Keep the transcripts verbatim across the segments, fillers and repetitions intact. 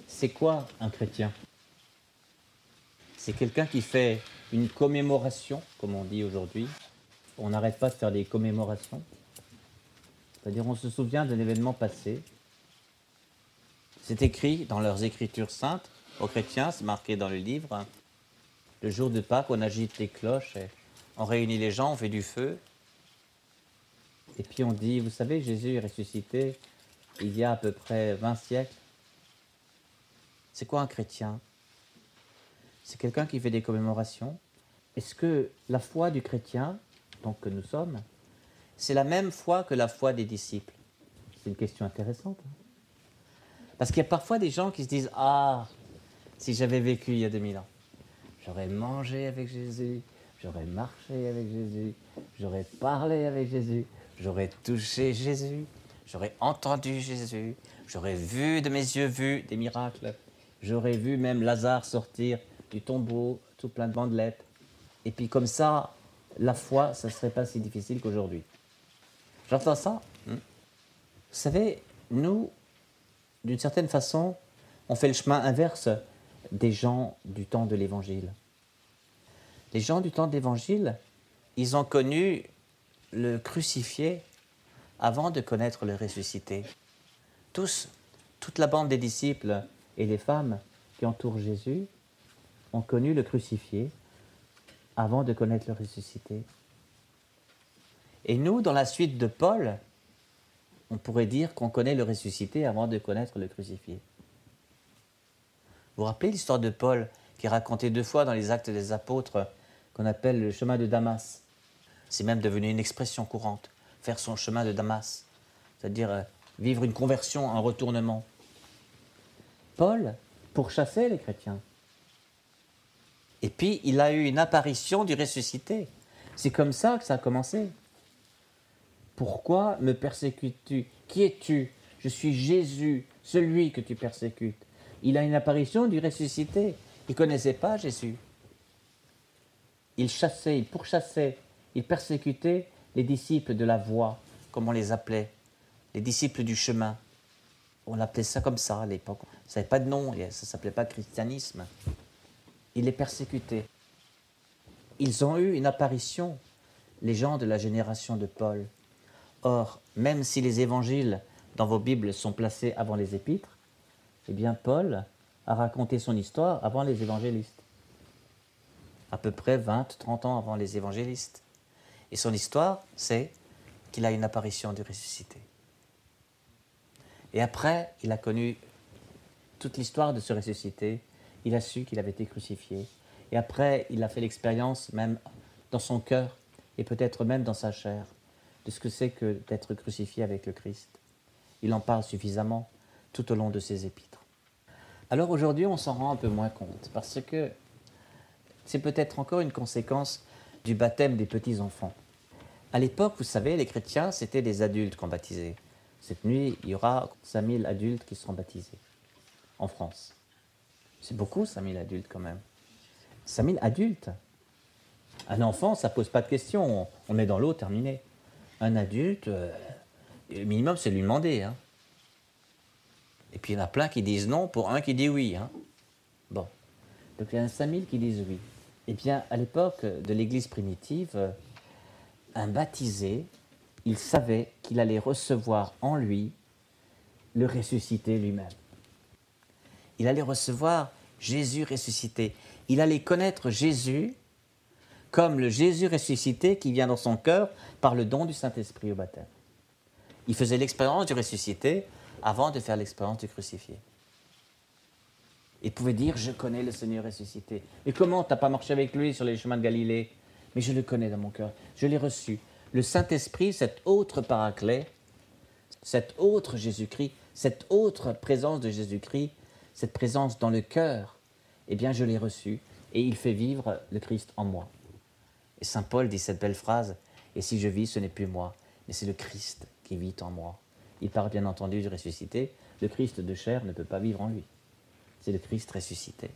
C'est quoi un chrétien? C'est quelqu'un qui fait une commémoration, comme on dit aujourd'hui. On n'arrête pas de faire des commémorations. C'est-à-dire on se souvient d'un événement passé. C'est écrit dans leurs écritures saintes aux chrétiens, c'est marqué dans le livre. Le jour de Pâques, on agite les cloches, et on réunit les gens, on fait du feu. Et puis on dit, vous savez, Jésus est ressuscité il y a à peu près vingt siècles. C'est quoi un chrétien? C'est quelqu'un qui fait des commémorations. Est-ce que la foi du chrétien, donc que nous sommes, c'est la même foi que la foi des disciples? C'est une question intéressante. Parce qu'il y a parfois des gens qui se disent « Ah, si j'avais vécu il y a deux mille ans, j'aurais mangé avec Jésus, j'aurais marché avec Jésus, j'aurais parlé avec Jésus, j'aurais touché Jésus, j'aurais entendu Jésus, j'aurais vu de mes yeux vus des miracles, j'aurais vu même Lazare sortir du tombeau, tout plein de bandelettes. Et puis comme ça, la foi, ça ne serait pas si difficile qu'aujourd'hui. » J'entends ça. Vous savez, nous, d'une certaine façon, on fait le chemin inverse des gens du temps de l'Évangile. Les gens du temps de l'Évangile, ils ont connu le crucifié avant de connaître le ressuscité. Tous, toute la bande des disciples et des femmes qui entourent Jésus ont connu le crucifié avant de connaître le ressuscité. Et nous, dans la suite de Paul, on pourrait dire qu'on connaît le ressuscité avant de connaître le crucifié. Vous vous rappelez l'histoire de Paul qui est racontée deux fois dans les Actes des Apôtres, qu'on appelle le chemin de Damas. C'est même devenu une expression courante, faire son chemin de Damas, c'est-à-dire euh, vivre une conversion, un retournement. Paul pourchassait les chrétiens. Et puis, il a eu une apparition du ressuscité. C'est comme ça que ça a commencé. Pourquoi me persécutes-tu? Qui es-tu? Je suis Jésus, celui que tu persécutes. Il a une apparition du ressuscité. Il ne connaissait pas Jésus. Il chassait, il pourchassait, il persécutait les disciples de la voie, comme on les appelait, les disciples du chemin. On l'appelait ça comme ça à l'époque. Ça n'avait pas de nom, ça ne s'appelait pas christianisme. Il les persécutait. Ils ont eu une apparition, les gens de la génération de Paul. Or, même si les évangiles dans vos Bibles sont placés avant les épîtres, eh bien Paul a raconté son histoire avant les évangélistes. À peu près vingt, trente ans avant les évangélistes. Et son histoire, c'est qu'il a une apparition du ressuscité. Et après, il a connu toute l'histoire de ce ressuscité. Il a su qu'il avait été crucifié. Et après, il a fait l'expérience, même dans son cœur, et peut-être même dans sa chair, de ce que c'est que d'être crucifié avec le Christ. Il en parle suffisamment tout au long de ses épîtres. Alors aujourd'hui, on s'en rend un peu moins compte, parce que c'est peut-être encore une conséquence du baptême des petits-enfants. À l'époque, vous savez, les chrétiens, c'était des adultes qu'on baptisait. Cette nuit, il y aura cinq mille adultes qui seront baptisés en France. C'est beaucoup, cinq mille adultes quand même. cinq mille adultes. Un enfant, ça ne pose pas de questions. On, on met dans l'eau, terminé. Un adulte, euh, le minimum, c'est de lui demander. Hein. Et puis, il y en a plein qui disent non pour un qui dit oui. Hein. Bon. Donc, il y en a cinq mille qui disent oui. Eh bien, à l'époque de l'Église primitive, un baptisé, il savait qu'il allait recevoir en lui le ressuscité lui-même. Il allait recevoir Jésus ressuscité. Il allait connaître Jésus comme le Jésus ressuscité qui vient dans son cœur par le don du Saint-Esprit au baptême. Il faisait l'expérience du ressuscité avant de faire l'expérience du crucifié. Il pouvait dire « Je connais le Seigneur ressuscité ». Et comment tu n'as pas marché avec lui sur les chemins de Galilée? Mais je le connais dans mon cœur, je l'ai reçu. Le Saint-Esprit, cet autre paraclet, cet autre Jésus-Christ, cette autre présence de Jésus-Christ, cette présence dans le cœur, eh bien je l'ai reçu et il fait vivre le Christ en moi. Et saint Paul dit cette belle phrase, « Et si je vis, ce n'est plus moi, mais c'est le Christ qui vit en moi. » Il parle bien entendu du ressuscité, le Christ de chair ne peut pas vivre en lui. C'est le Christ ressuscité.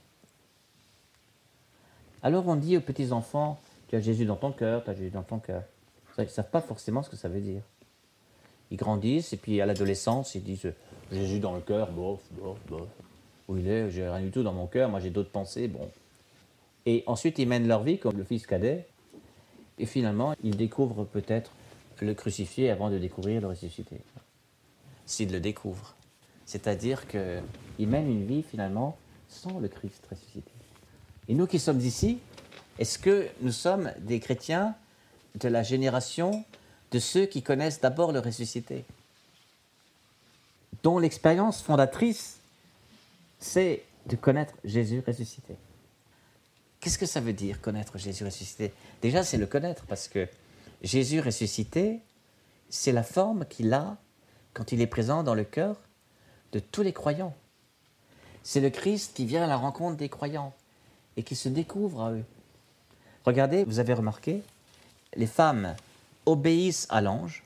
Alors on dit aux petits-enfants, tu as Jésus dans ton cœur, tu as Jésus dans ton cœur. Ils ne savent pas forcément ce que ça veut dire. Ils grandissent et puis à l'adolescence, ils disent Jésus dans le cœur, bof, bof, bof. où il est, j'ai rien du tout dans mon cœur, moi j'ai d'autres pensées, bon. Et ensuite, ils mènent leur vie comme le fils cadet, et finalement, ils découvrent peut-être le crucifié avant de découvrir le ressuscité. S'ils le découvrent. C'est-à-dire qu'ils mènent une vie finalement sans le Christ ressuscité. Et nous qui sommes ici, est-ce que nous sommes des chrétiens de la génération de ceux qui connaissent d'abord le ressuscité, dont l'expérience fondatrice, c'est de connaître Jésus ressuscité? Qu'est-ce que ça veut dire, connaître Jésus ressuscité? Déjà, c'est le connaître, parce que Jésus ressuscité, c'est la forme qu'il a quand il est présent dans le cœur de tous les croyants. C'est le Christ qui vient à la rencontre des croyants et qui se découvre à eux. Regardez, vous avez remarqué, les femmes obéissent à l'ange,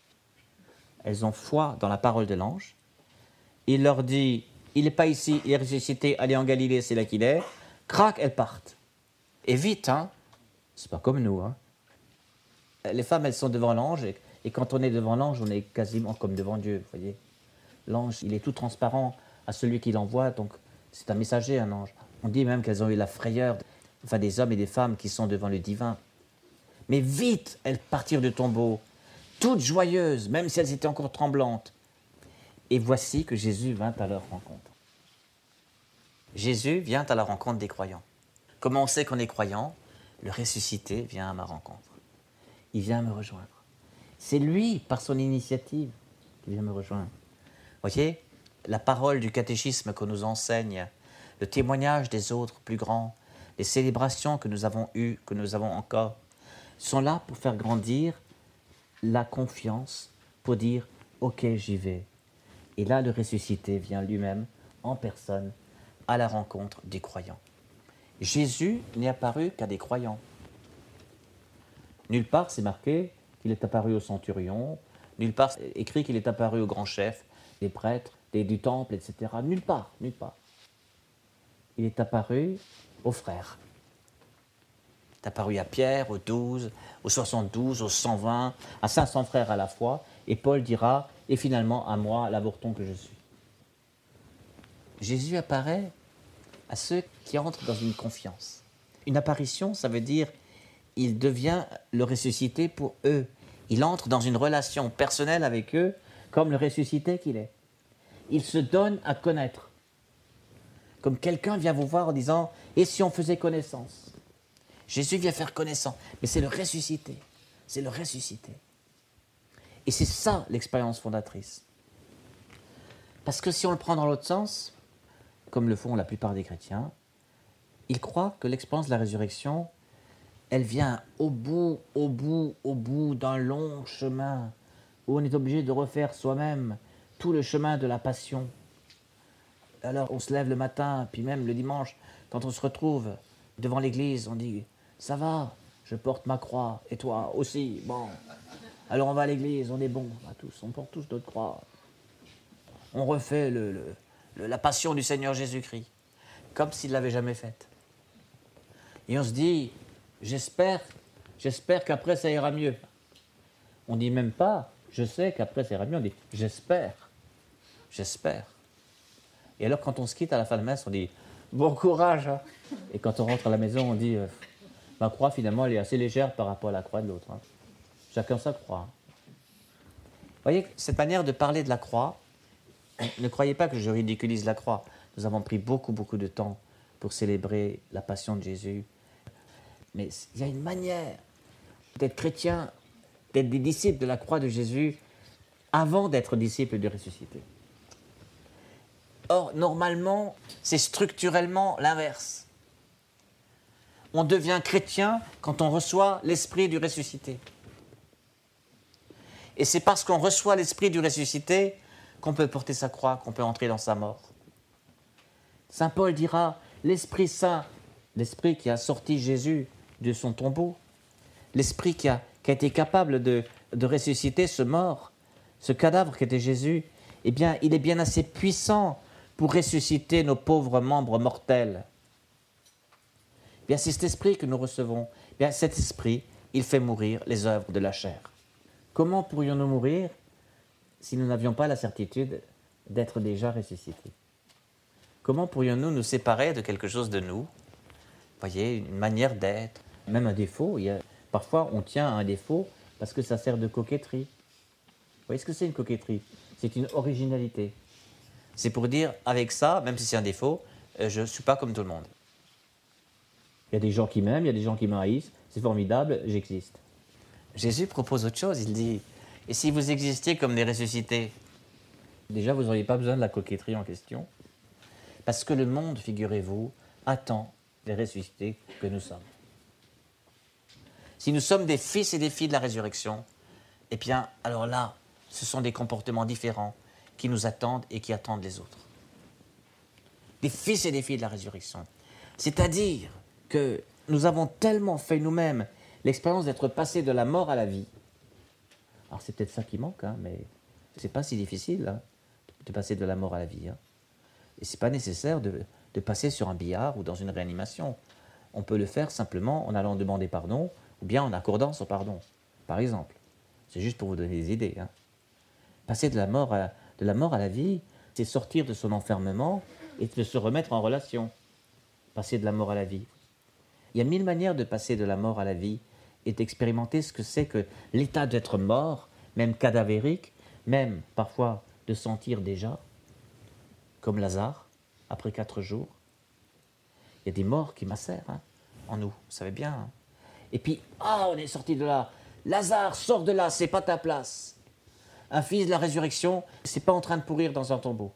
elles ont foi dans la parole de l'ange, il leur dit, il n'est pas ici, il est ressuscité, allez en Galilée, c'est là qu'il est, crac, elles partent. Et vite, hein, c'est pas comme nous, hein. Les femmes, elles sont devant l'ange, et, et quand on est devant l'ange, on est quasiment comme devant Dieu, vous voyez. L'ange, il est tout transparent à celui qui l'envoie, donc c'est un messager, un ange. On dit même qu'elles ont eu la frayeur, enfin des hommes et des femmes qui sont devant le divin. Mais vite, elles partirent du tombeau, toutes joyeuses, même si elles étaient encore tremblantes. Et voici que Jésus vint à leur rencontre. Jésus vient à la rencontre des croyants. Comment on sait qu'on est croyant? Le ressuscité vient à ma rencontre. Il vient me rejoindre. C'est lui, par son initiative, qui vient me rejoindre. Vous voyez, la parole du catéchisme qu'on nous enseigne, le témoignage des autres plus grands, les célébrations que nous avons eues, que nous avons encore, sont là pour faire grandir la confiance, pour dire « Ok, j'y vais ». Et là, le ressuscité vient lui-même, en personne, à la rencontre des croyants. Jésus n'est apparu qu'à des croyants. Nulle part, c'est marqué qu'il est apparu au centurion, nulle part, c'est écrit qu'il est apparu au grand chef, des prêtres, des, du temple, et cetera. Nulle part, nulle part. Il est apparu aux frères. Il est apparu à Pierre, aux douze, aux soixante-douze, aux cent vingt, à cinq cents frères à la fois, et Paul dira, et finalement à moi, l'avorton que je suis. Jésus apparaît à ceux qui entrent dans une confiance. Une apparition, ça veut dire, il devient le ressuscité pour eux. Il entre dans une relation personnelle avec eux, comme le ressuscité qu'il est. Il se donne à connaître. Comme quelqu'un vient vous voir en disant, et si on faisait connaissance? Jésus vient faire connaissance, mais c'est le ressuscité. C'est le ressuscité. Et c'est ça l'expérience fondatrice. Parce que si on le prend dans l'autre sens, comme le font la plupart des chrétiens, ils croient que l'expérience de la résurrection, elle vient au bout, au bout, au bout d'un long chemin où on est obligé de refaire soi-même tout le chemin de la passion. Alors on se lève le matin, puis même le dimanche, quand on se retrouve devant l'église, on dit « Ça va, je porte ma croix, et toi aussi, bon. Alors on va à l'église, on est bon, on, va tous, on porte tous notre croix. On refait le, le, le, la passion du Seigneur Jésus-Christ, comme s'il ne l'avait jamais faite. Et on se dit, j'espère, j'espère qu'après ça ira mieux. On ne dit même pas, je sais qu'après ça ira mieux, on dit, j'espère, j'espère. Et alors quand on se quitte à la fin de messe, on dit, bon courage. Hein. Et quand on rentre à la maison, on dit, euh, ma croix finalement elle est assez légère par rapport à la croix de l'autre. Hein. Chacun sa croix. Vous voyez, cette manière de parler de la croix, ne croyez pas que je ridiculise la croix. Nous avons pris beaucoup, beaucoup de temps pour célébrer la passion de Jésus. Mais il y a une manière d'être chrétien, d'être des disciples de la croix de Jésus avant d'être disciples du ressuscité. Or, normalement, c'est structurellement l'inverse. On devient chrétien quand on reçoit l'esprit du ressuscité. Et c'est parce qu'on reçoit l'esprit du ressuscité qu'on peut porter sa croix, qu'on peut entrer dans sa mort. Saint Paul dira, l'Esprit Saint, l'Esprit qui a sorti Jésus de son tombeau, l'Esprit qui a, qui a été capable de, de ressusciter ce mort, ce cadavre qui était Jésus, eh bien, il est bien assez puissant pour ressusciter nos pauvres membres mortels. Eh bien, c'est cet Esprit que nous recevons. Eh bien, cet Esprit, il fait mourir les œuvres de la chair. Comment pourrions-nous mourir si nous n'avions pas la certitude d'être déjà ressuscités? Comment pourrions-nous nous séparer de quelque chose de nous? Vous voyez, une manière d'être, même un défaut. Il y a, parfois, on tient à un défaut parce que ça sert de coquetterie. Vous voyez ce que c'est une coquetterie? C'est une originalité. C'est pour dire, avec ça, même si c'est un défaut, euh, je ne suis pas comme tout le monde. Il y a des gens qui m'aiment, il y a des gens qui me haïssent, c'est formidable, j'existe. Jésus propose autre chose, il dit, et si vous existiez comme des ressuscités? Déjà, vous n'auriez pas besoin de la coquetterie en question, parce que le monde, figurez-vous, attend les ressuscités que nous sommes. Si nous sommes des fils et des filles de la résurrection, eh bien, alors là, ce sont des comportements différents qui nous attendent et qui attendent les autres. Des fils et des filles de la résurrection. C'est-à-dire que nous avons tellement fait nous-mêmes l'expérience d'être passés de la mort à la vie. Alors c'est peut-être ça qui manque, hein, mais c'est pas si difficile hein, de passer de la mort à la vie. Hein. Et c'est pas nécessaire de, de passer sur un billard ou dans une réanimation. On peut le faire simplement en allant demander pardon ou bien en accordant son pardon, par exemple. C'est juste pour vous donner des idées. Hein. Passer de la mort à, de la mort à la vie, c'est sortir de son enfermement et de se remettre en relation. Passer de la mort à la vie. Il y a mille manières de passer de la mort à la vie et d'expérimenter ce que c'est que l'état d'être mort, même cadavérique, même parfois de sentir déjà, comme Lazare, après quatre jours. Il y a des morts qui macèrent hein, en nous, vous savez bien. Hein. Et puis, ah, on est sorti de là. Lazare, sors de là, c'est pas ta place. Un fils de la résurrection, c'est pas en train de pourrir dans un tombeau.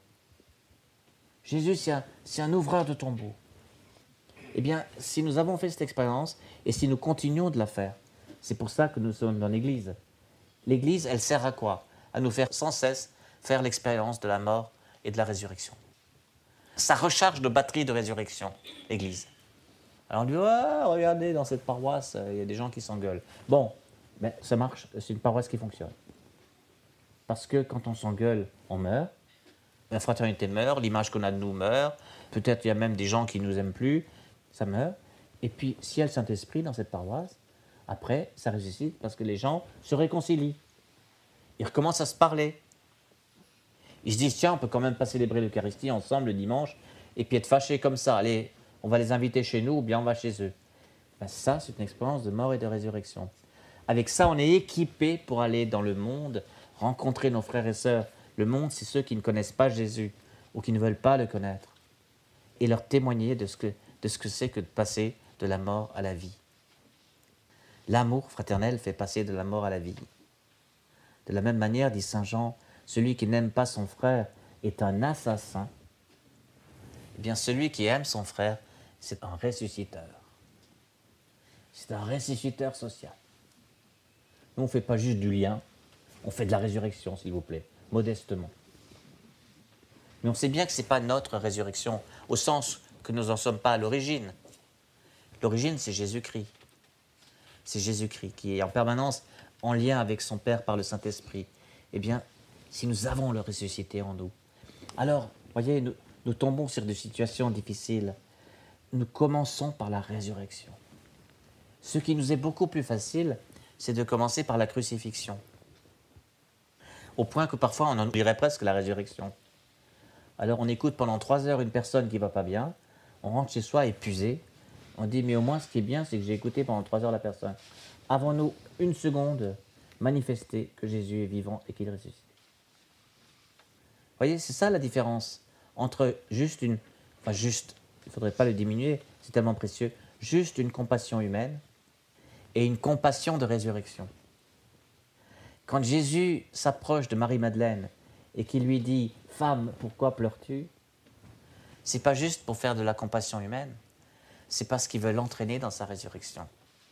Jésus, c'est un, c'est un ouvreur de tombeaux. Eh bien, si nous avons fait cette expérience, et si nous continuons de la faire, c'est pour ça que nous sommes dans l'Église. L'Église, elle sert à quoi? À nous faire sans cesse faire l'expérience de la mort et de la résurrection. Ça recharge nos batteries de résurrection, l'Église. Alors on dit, ouais, regardez, dans cette paroisse, il y a des gens qui s'engueulent. Bon, mais ça marche, c'est une paroisse qui fonctionne. Parce que quand on s'engueule, on meurt, la fraternité meurt, l'image qu'on a de nous meurt, peut-être il y a même des gens qui ne nous aiment plus, ça meurt. Et puis, s'il y a le Saint-Esprit dans cette paroisse, après, ça ressuscite parce que les gens se réconcilient. Ils recommencent à se parler. Ils se disent, tiens, on peut quand même pas célébrer l'Eucharistie ensemble le dimanche et puis être fâchés comme ça. Allez, on va les inviter chez nous ou bien on va chez eux. Ben ça, c'est une expérience de mort et de résurrection. Avec ça, on est équipé pour aller dans le monde, rencontrer nos frères et sœurs. Le monde, c'est ceux qui ne connaissent pas Jésus ou qui ne veulent pas le connaître. Et leur témoigner de ce que, de ce que c'est que de passer de la mort à la vie. L'amour fraternel fait passer de la mort à la vie. De la même manière, dit saint Jean, celui qui n'aime pas son frère est un assassin. Eh bien, celui qui aime son frère, c'est un ressusciteur. C'est un ressusciteur social. Nous, on ne fait pas juste du lien, on fait de la résurrection, s'il vous plaît, modestement. Mais on sait bien que ce n'est pas notre résurrection, au sens que nous n'en sommes pas à l'origine. L'origine, c'est Jésus-Christ. C'est Jésus-Christ qui est en permanence en lien avec son Père par le Saint-Esprit. Eh bien, si nous avons le ressuscité en nous, alors, voyez, nous, nous tombons sur des situations difficiles. Nous commençons par la résurrection. Ce qui nous est beaucoup plus facile, c'est de commencer par la crucifixion. Au point que parfois, on en oublierait presque la résurrection. Alors, on écoute pendant trois heures une personne qui ne va pas bien, on rentre chez soi épuisé, on dit, mais au moins, ce qui est bien, c'est que j'ai écouté pendant trois heures la personne. Avons-nous une seconde manifesté que Jésus est vivant et qu'il est ressuscité? Vous voyez, c'est ça la différence entre juste une... Enfin, juste, il ne faudrait pas le diminuer, c'est tellement précieux. Juste une compassion humaine et une compassion de résurrection. Quand Jésus s'approche de Marie-Madeleine et qu'il lui dit « Femme, pourquoi pleures-tu » c'est pas juste pour faire de la compassion humaine, c'est parce qu'il veut l'entraîner dans sa résurrection.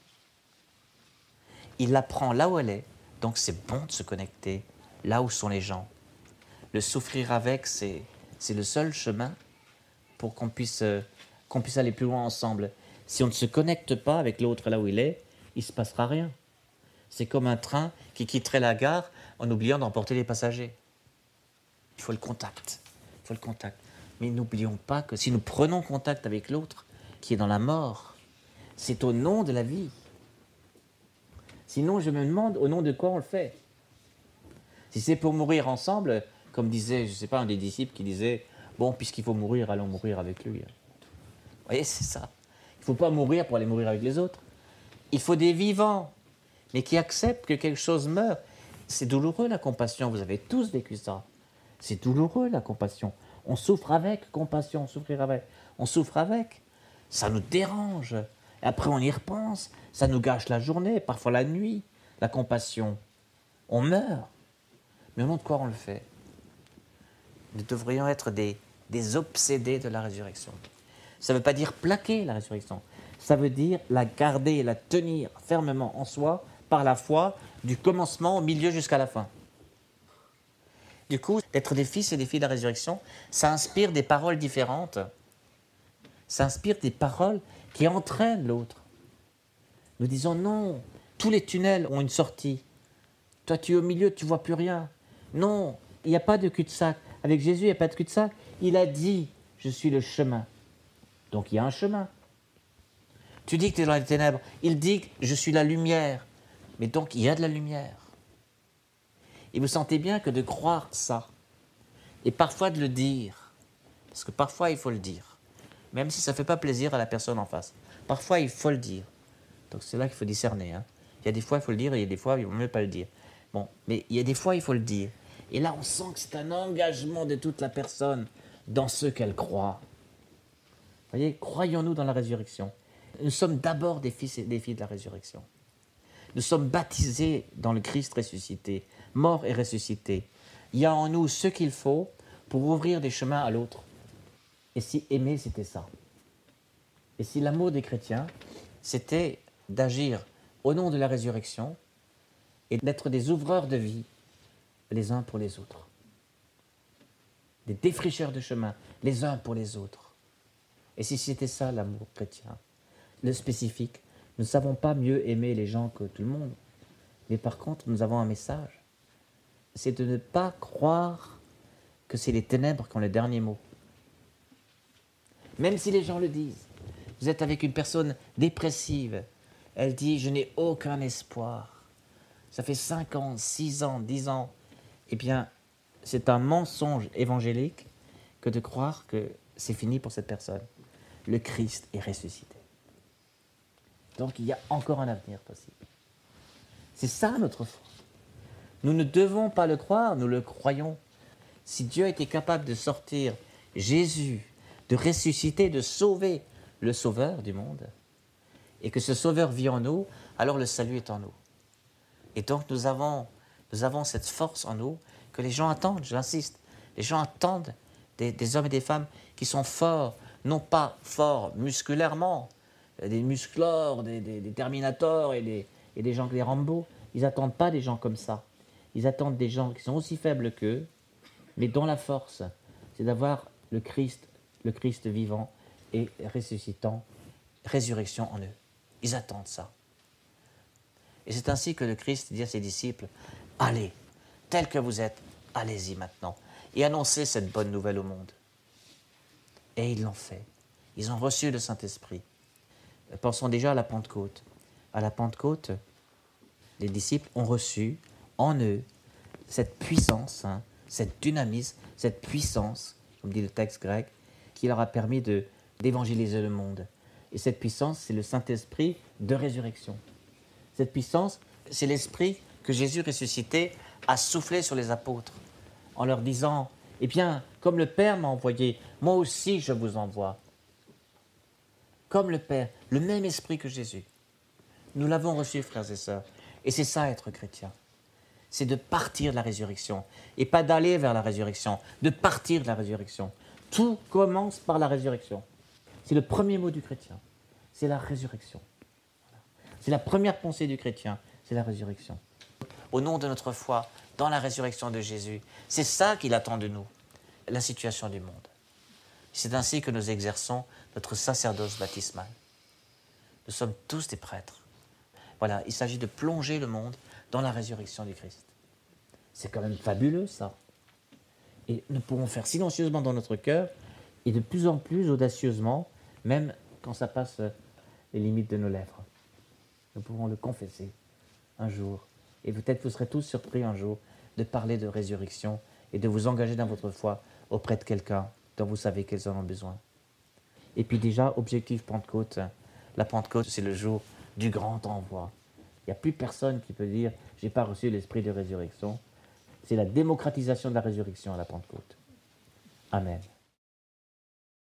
Il la prend là où elle est, donc c'est bon de se connecter là où sont les gens. Le souffrir avec, c'est, c'est le seul chemin pour qu'on puisse, euh, qu'on puisse aller plus loin ensemble. Si on ne se connecte pas avec l'autre là où il est, il ne se passera rien. C'est comme un train qui quitterait la gare en oubliant d'emporter les passagers. Il faut le contact. Il faut le contact. Mais n'oublions pas que si nous prenons contact avec l'autre qui est dans la mort, c'est au nom de la vie. Sinon, je me demande au nom de quoi on le fait. Si c'est pour mourir ensemble, comme disait, je ne sais pas, un des disciples qui disait Bon, puisqu'il faut mourir, allons mourir avec lui. Vous voyez, c'est ça. Il ne faut pas mourir pour aller mourir avec les autres. Il faut des vivants, mais qui acceptent que quelque chose meure. C'est douloureux la compassion, vous avez tous vécu ça. C'est douloureux la compassion. On souffre avec compassion, souffrir avec. On souffre avec. Ça nous dérange. Et après on y repense. Ça nous gâche la journée, parfois la nuit. La compassion. On meurt. Mais au nom de quoi on le fait? Nous devrions être des, des obsédés de la résurrection. Ça ne veut pas dire plaquer la résurrection. Ça veut dire la garder et la tenir fermement en soi par la foi du commencement au milieu jusqu'à la fin. Du coup, d'être des fils et des filles de la résurrection, ça inspire des paroles différentes. Ça inspire des paroles qui entraînent l'autre. Nous disons non, tous les tunnels ont une sortie. Toi, tu es au milieu, tu ne vois plus rien. Non, il n'y a pas de cul-de-sac. Avec Jésus, il n'y a pas de cul-de-sac. Il a dit, je suis le chemin. Donc il y a un chemin. Tu dis que tu es dans les ténèbres. Il dit, je suis la lumière. Mais donc il y a de la lumière. Et vous sentez bien que de croire ça, et parfois de le dire, parce que parfois il faut le dire, même si ça ne fait pas plaisir à la personne en face. Parfois il faut le dire. Donc c'est là qu'il faut discerner. Hein. Il y a des fois il faut le dire et il y a des fois il ne vaut mieux pas le dire. Bon, mais il y a des fois il faut le dire. Et là on sent que c'est un engagement de toute la personne dans ce qu'elle croit. Vous voyez, croyons-nous dans la résurrection. Nous sommes d'abord des fils et des filles de la résurrection. Nous sommes baptisés dans le Christ ressuscité, mort et ressuscité. Il y a en nous ce qu'il faut pour ouvrir des chemins à l'autre. Et si aimer, c'était ça. Et si l'amour des chrétiens, c'était d'agir au nom de la résurrection et d'être des ouvreurs de vie les uns pour les autres. Des défricheurs de chemin les uns pour les autres. Et si c'était ça l'amour chrétien, le spécifique, nous ne savons pas mieux aimer les gens que tout le monde. Mais par contre, nous avons un message. C'est de ne pas croire que c'est les ténèbres qui ont le dernier mot. Même si les gens le disent. Vous êtes avec une personne dépressive. Elle dit, je n'ai aucun espoir. Ça fait cinq ans, six ans, dix ans. Eh bien, c'est un mensonge évangélique que de croire que c'est fini pour cette personne. Le Christ est ressuscité. Donc il y a encore un avenir possible. C'est ça notre foi. Nous ne devons pas le croire, nous le croyons. Si Dieu était capable de sortir Jésus, de ressusciter, de sauver le Sauveur du monde, et que ce Sauveur vit en nous, alors le salut est en nous. Et donc nous avons, nous avons cette force en nous que les gens attendent, j'insiste. Les gens attendent des, des hommes et des femmes qui sont forts, non pas forts musculairement, des musclores, des, des, des Terminators et des, et des gens que des Rambo. Ils n'attendent pas des gens comme ça. Ils attendent des gens qui sont aussi faibles qu'eux, mais dont la force, c'est d'avoir le Christ, le Christ vivant et ressuscitant, résurrection en eux. Ils attendent ça. Et c'est ainsi que le Christ dit à ses disciples, allez, tel que vous êtes, allez-y maintenant, et annoncez cette bonne nouvelle au monde. Et ils l'ont fait. Ils ont reçu le Saint-Esprit. Pensons déjà à la Pentecôte. À la Pentecôte, les disciples ont reçu en eux cette puissance, hein, cette dynamisme, cette puissance, comme dit le texte grec, qui leur a permis de, d'évangéliser le monde. Et cette puissance, c'est le Saint-Esprit de résurrection. Cette puissance, c'est l'Esprit que Jésus ressuscité a soufflé sur les apôtres, en leur disant, eh bien, comme le Père m'a envoyé, moi aussi je vous envoie. Comme le Père, le même esprit que Jésus. Nous l'avons reçu, frères et sœurs. Et c'est ça, être chrétien. C'est de partir de la résurrection. Et pas d'aller vers la résurrection, de partir de la résurrection. Tout commence par la résurrection. C'est le premier mot du chrétien. C'est la résurrection. Voilà. C'est la première pensée du chrétien. C'est la résurrection. Au nom de notre foi, dans la résurrection de Jésus, c'est ça qu'il attend de nous, la situation du monde. C'est ainsi que nous exerçons notre sacerdoce baptismal. Nous sommes tous des prêtres. Voilà, il s'agit de plonger le monde dans la résurrection du Christ. C'est quand même fabuleux, ça. Et nous pourrons faire silencieusement dans notre cœur et de plus en plus audacieusement, même quand ça passe les limites de nos lèvres. Nous pourrons le confesser un jour. Et peut-être vous serez tous surpris un jour de parler de résurrection et de vous engager dans votre foi auprès de quelqu'un dont vous savez qu'elles en ont besoin. Et puis déjà, objectif Pentecôte. La Pentecôte, c'est le jour du grand envoi. Il n'y a plus personne qui peut dire « j'ai pas reçu l'esprit de résurrection ». C'est la démocratisation de la résurrection à la Pentecôte. Amen.